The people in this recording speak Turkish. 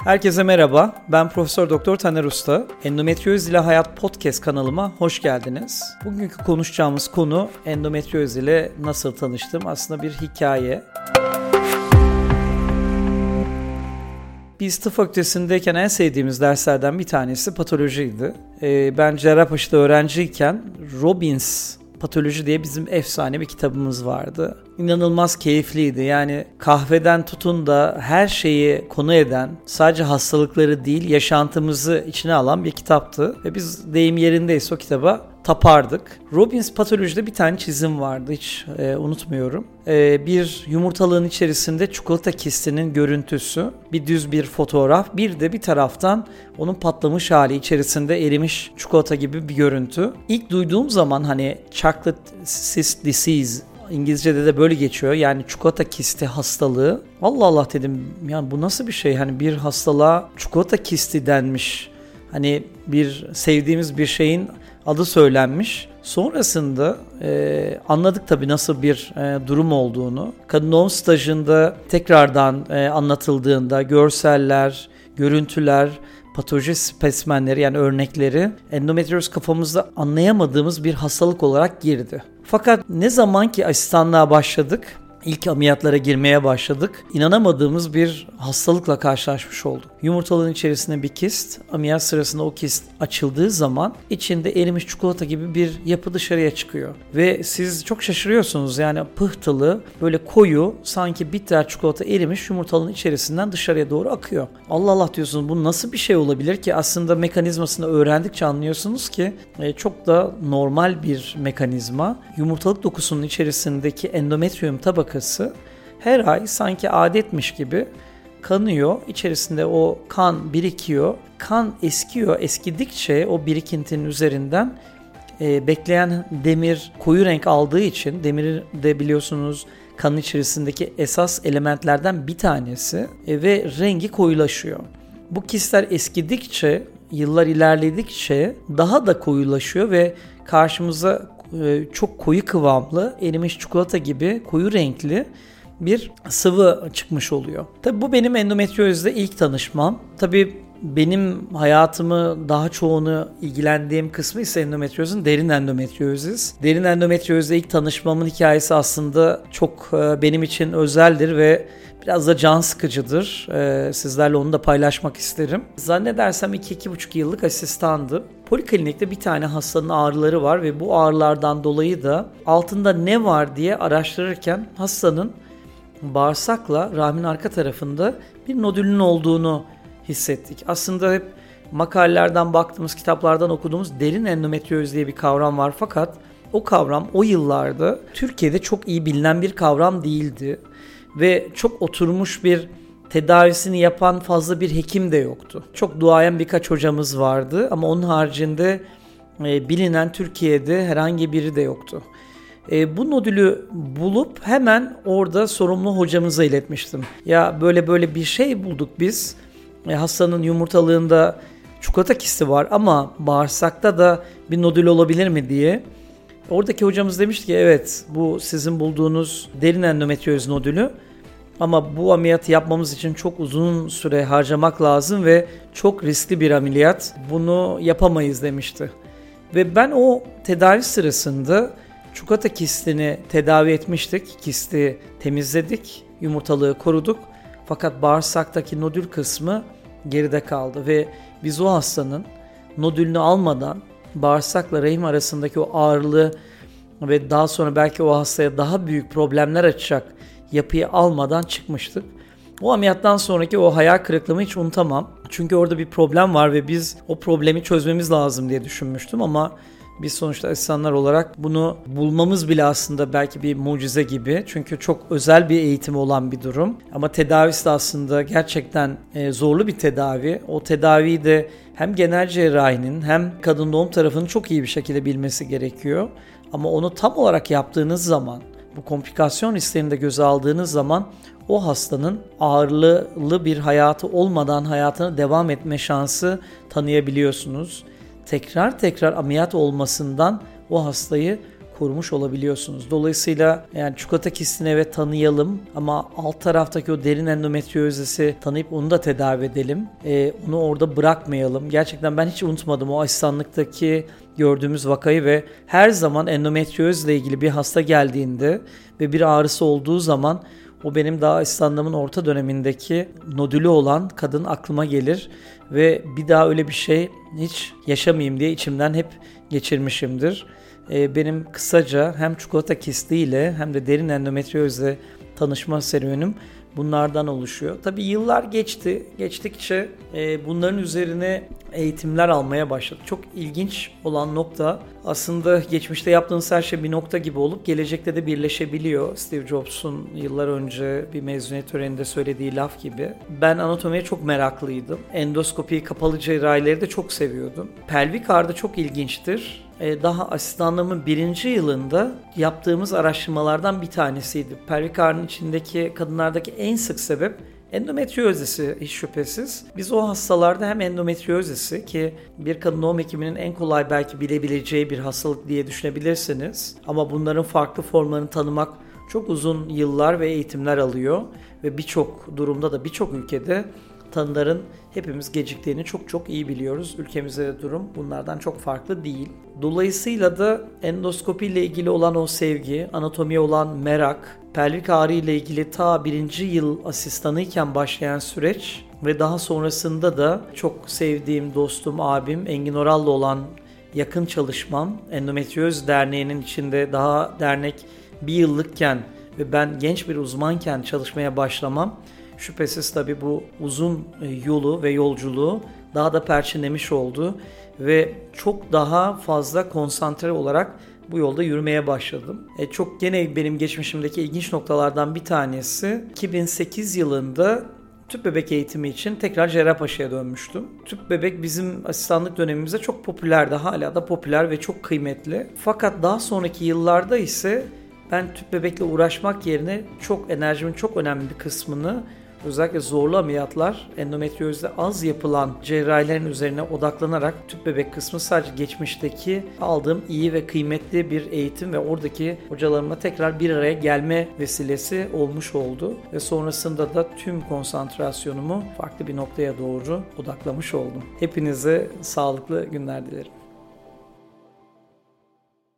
Herkese merhaba, ben Profesör Doktor Taner Usta. Endometrioz ile Hayat Podcast kanalıma hoş geldiniz. Bugünkü konuşacağımız konu endometrioz ile nasıl tanıştım? Aslında bir hikaye. Biz tıp fakültesindeyken en sevdiğimiz derslerden bir tanesi patolojiydi. Ben Cerrahpaşa'da öğrenciyken Robbins Patoloji diye bizim efsane bir kitabımız vardı. İnanılmaz keyifliydi. Yani kahveden tutun da her şeyi konu eden, sadece hastalıkları değil yaşantımızı içine alan bir kitaptı. Ve biz deyim yerindeyse o kitaba tapardık. Robbins Patoloji'de bir tane çizim vardı, hiç unutmuyorum. Bir yumurtalığın içerisinde çikolata kistinin görüntüsü, bir düz bir fotoğraf, bir de bir taraftan onun patlamış hali, içerisinde erimiş çikolata gibi bir görüntü. İlk duyduğum zaman hani chocolate cyst disease, İngilizce'de de böyle geçiyor. Yani çikolata kisti hastalığı. Allah Allah dedim, yani bu nasıl bir şey? Hani bir hastalığa çikolata kisti denmiş. Hani bir sevdiğimiz bir şeyin adı söylenmiş. Sonrasında anladık tabii nasıl bir durum olduğunu. Kadın doğum stajında tekrardan anlatıldığında görseller, görüntüler, patoloji spesimenleri yani örnekleri endometrioz kafamızda anlayamadığımız bir hastalık olarak girdi. Fakat ne zaman ki asistanlığa başladık, İlk ameliyatlara girmeye başladık, İnanamadığımız bir hastalıkla karşılaşmış olduk. Yumurtalığın içerisinde bir kist, ameliyat sırasında o kist açıldığı zaman içinde erimiş çikolata gibi bir yapı dışarıya çıkıyor. Ve siz çok şaşırıyorsunuz, yani pıhtılı, böyle koyu, sanki bitter çikolata erimiş yumurtalığın içerisinden dışarıya doğru akıyor. Allah Allah diyorsunuz, bu nasıl bir şey olabilir ki? Aslında mekanizmasını öğrendikçe anlıyorsunuz ki çok da normal bir mekanizma. Yumurtalık dokusunun içerisindeki endometrium tabakası her ay sanki adetmiş gibi kanıyor. İçerisinde o kan birikiyor. Kan eskiyor. Eskidikçe o birikintinin üzerinden bekleyen demir koyu renk aldığı için, demir de biliyorsunuz kanın içerisindeki esas elementlerden bir tanesi ve rengi koyulaşıyor. Bu kistler eskidikçe, yıllar ilerledikçe daha da koyulaşıyor ve karşımıza çok koyu kıvamlı, erimiş çikolata gibi koyu renkli bir sıvı çıkmış oluyor. Tabii bu benim endometriozle ilk tanışmam. Tabii benim hayatımı daha çoğunu ilgilendiğim kısmı ise endometriozun derin endometriozis. Derin endometriozla ilk tanışmamın hikayesi aslında çok benim için özeldir ve biraz da can sıkıcıdır. Sizlerle onu da paylaşmak isterim. Zannedersem 2-2,5 yıllık asistandım. Poliklinikte bir tane hastanın ağrıları var ve bu ağrılardan dolayı da altında ne var diye araştırırken hastanın bağırsakla rahmin arka tarafında bir nodülün olduğunu hissettik. Aslında hep makalelerden baktığımız, kitaplardan okuduğumuz derin endometrioz diye bir kavram var, fakat o kavram o yıllarda Türkiye'de çok iyi bilinen bir kavram değildi ve çok oturmuş bir tedavisini yapan fazla bir hekim de yoktu. Çok duayen birkaç hocamız vardı ama onun haricinde bilinen Türkiye'de herhangi biri de yoktu. Bu nodülü bulup hemen orada sorumlu hocamıza iletmiştim. Ya böyle bir şey bulduk biz. Hastanın yumurtalığında çikolata kisti var ama bağırsakta da bir nodül olabilir mi diye. Oradaki hocamız demişti ki evet, bu sizin bulduğunuz derin endometrioz nodülü ama bu ameliyatı yapmamız için çok uzun süre harcamak lazım ve çok riskli bir ameliyat. Bunu yapamayız demişti. Ve ben o tedavi sırasında çikolata kistini tedavi etmiştik. Kisti temizledik, yumurtalığı koruduk. Fakat bağırsaktaki nodül kısmı geride kaldı ve biz o hastanın nodülünü almadan bağırsakla rahim arasındaki o ağırlığı ve daha sonra belki o hastaya daha büyük problemler açacak yapıyı almadan çıkmıştık. O ameliyattan sonraki o hayal kırıklığımı hiç unutamam. Çünkü orada bir problem var ve biz o problemi çözmemiz lazım diye düşünmüştüm ama biz sonuçta asistanlar olarak bunu bulmamız bile aslında belki bir mucize gibi. Çünkü çok özel bir eğitimi olan bir durum. Ama tedavisi de aslında gerçekten zorlu bir tedavi. O tedaviyi de hem genel cerrahinin hem kadın doğum tarafının çok iyi bir şekilde bilmesi gerekiyor. Ama onu tam olarak yaptığınız zaman, bu komplikasyon risklerini de göze aldığınız zaman o hastanın ağırlığı bir hayatı olmadan hayatına devam etme şansı tanıyabiliyorsunuz. Tekrar ameliyat olmasından o hastayı korumuş olabiliyorsunuz. Dolayısıyla yani çikolata kistini evet tanıyalım ama alt taraftaki o derin endometriyozisi tanıyıp onu da tedavi edelim. Onu orada bırakmayalım. Gerçekten ben hiç unutmadım o asistanlıktaki gördüğümüz vakayı ve her zaman endometriyozla ilgili bir hasta geldiğinde ve bir ağrısı olduğu zaman o benim daha asistanlığımın orta dönemindeki nodülü olan kadın aklıma gelir ve bir daha öyle bir şey hiç yaşamayayım diye içimden hep geçirmişimdir. Benim kısaca hem çikolata kistiyle hem de derin endometriyozla tanışma serüvenim bunlardan oluşuyor. Tabii yıllar geçti. Geçtikçe bunların üzerine eğitimler almaya başladık. Çok ilginç olan nokta aslında geçmişte yaptığınız her şey bir nokta gibi olup gelecekte de birleşebiliyor. Steve Jobs'un yıllar önce bir mezuniyet töreninde söylediği laf gibi. Ben anatomiye çok meraklıydım. Endoskopiyi, kapalı cerrahileri de çok seviyordum. Pelvik ağrı çok ilginçtir. Daha asistanlığımın 1. yılında yaptığımız araştırmalardan bir tanesiydi. Pelvik ağrının içindeki kadınlardaki en sık sebep endometriyozisi hiç şüphesiz. Biz o hastalarda hem endometriyozisi ki bir kadın doğum hekiminin en kolay belki bilebileceği bir hastalık diye düşünebilirsiniz. Ama bunların farklı formlarını tanımak çok uzun yıllar ve eğitimler alıyor. Ve birçok durumda da birçok ülkede tanıların hepimiz geciktiğini çok iyi biliyoruz. Ülkemizde de durum bunlardan çok farklı değil. Dolayısıyla da endoskopi ile ilgili olan o sevgi, anatomiye olan merak, pelvik ağrı ile ilgili ta 1. yıl asistanıyken başlayan süreç ve daha sonrasında da çok sevdiğim dostum, abim Engin Oral'la olan yakın çalışmam, Endometrioz Derneği'nin içinde daha dernek 1 yıllıkken ve ben genç bir uzmanken çalışmaya başlamam, şüphesiz tabii bu uzun yolu ve yolculuğu daha da perçinlemiş oldu ve çok daha fazla konsantre olarak bu yolda yürümeye başladım. Çok gene benim geçmişimdeki ilginç noktalardan bir tanesi 2008 yılında tüp bebek eğitimi için tekrar Cerrahpaşa'ya dönmüştüm. Tüp bebek bizim asistanlık dönemimizde çok popülerdi. Hala da popüler ve çok kıymetli. Fakat daha sonraki yıllarda ise ben tüp bebekle uğraşmak yerine enerjimin çok önemli bir kısmını özellikle zorlu ameliyatlar, endometriyozda az yapılan cerrahilerin üzerine odaklanarak tüp bebek kısmı sadece geçmişteki aldığım iyi ve kıymetli bir eğitim ve oradaki hocalarımla tekrar bir araya gelme vesilesi olmuş oldu. Ve sonrasında da tüm konsantrasyonumu farklı bir noktaya doğru odaklamış oldum. Hepinize sağlıklı günler dilerim.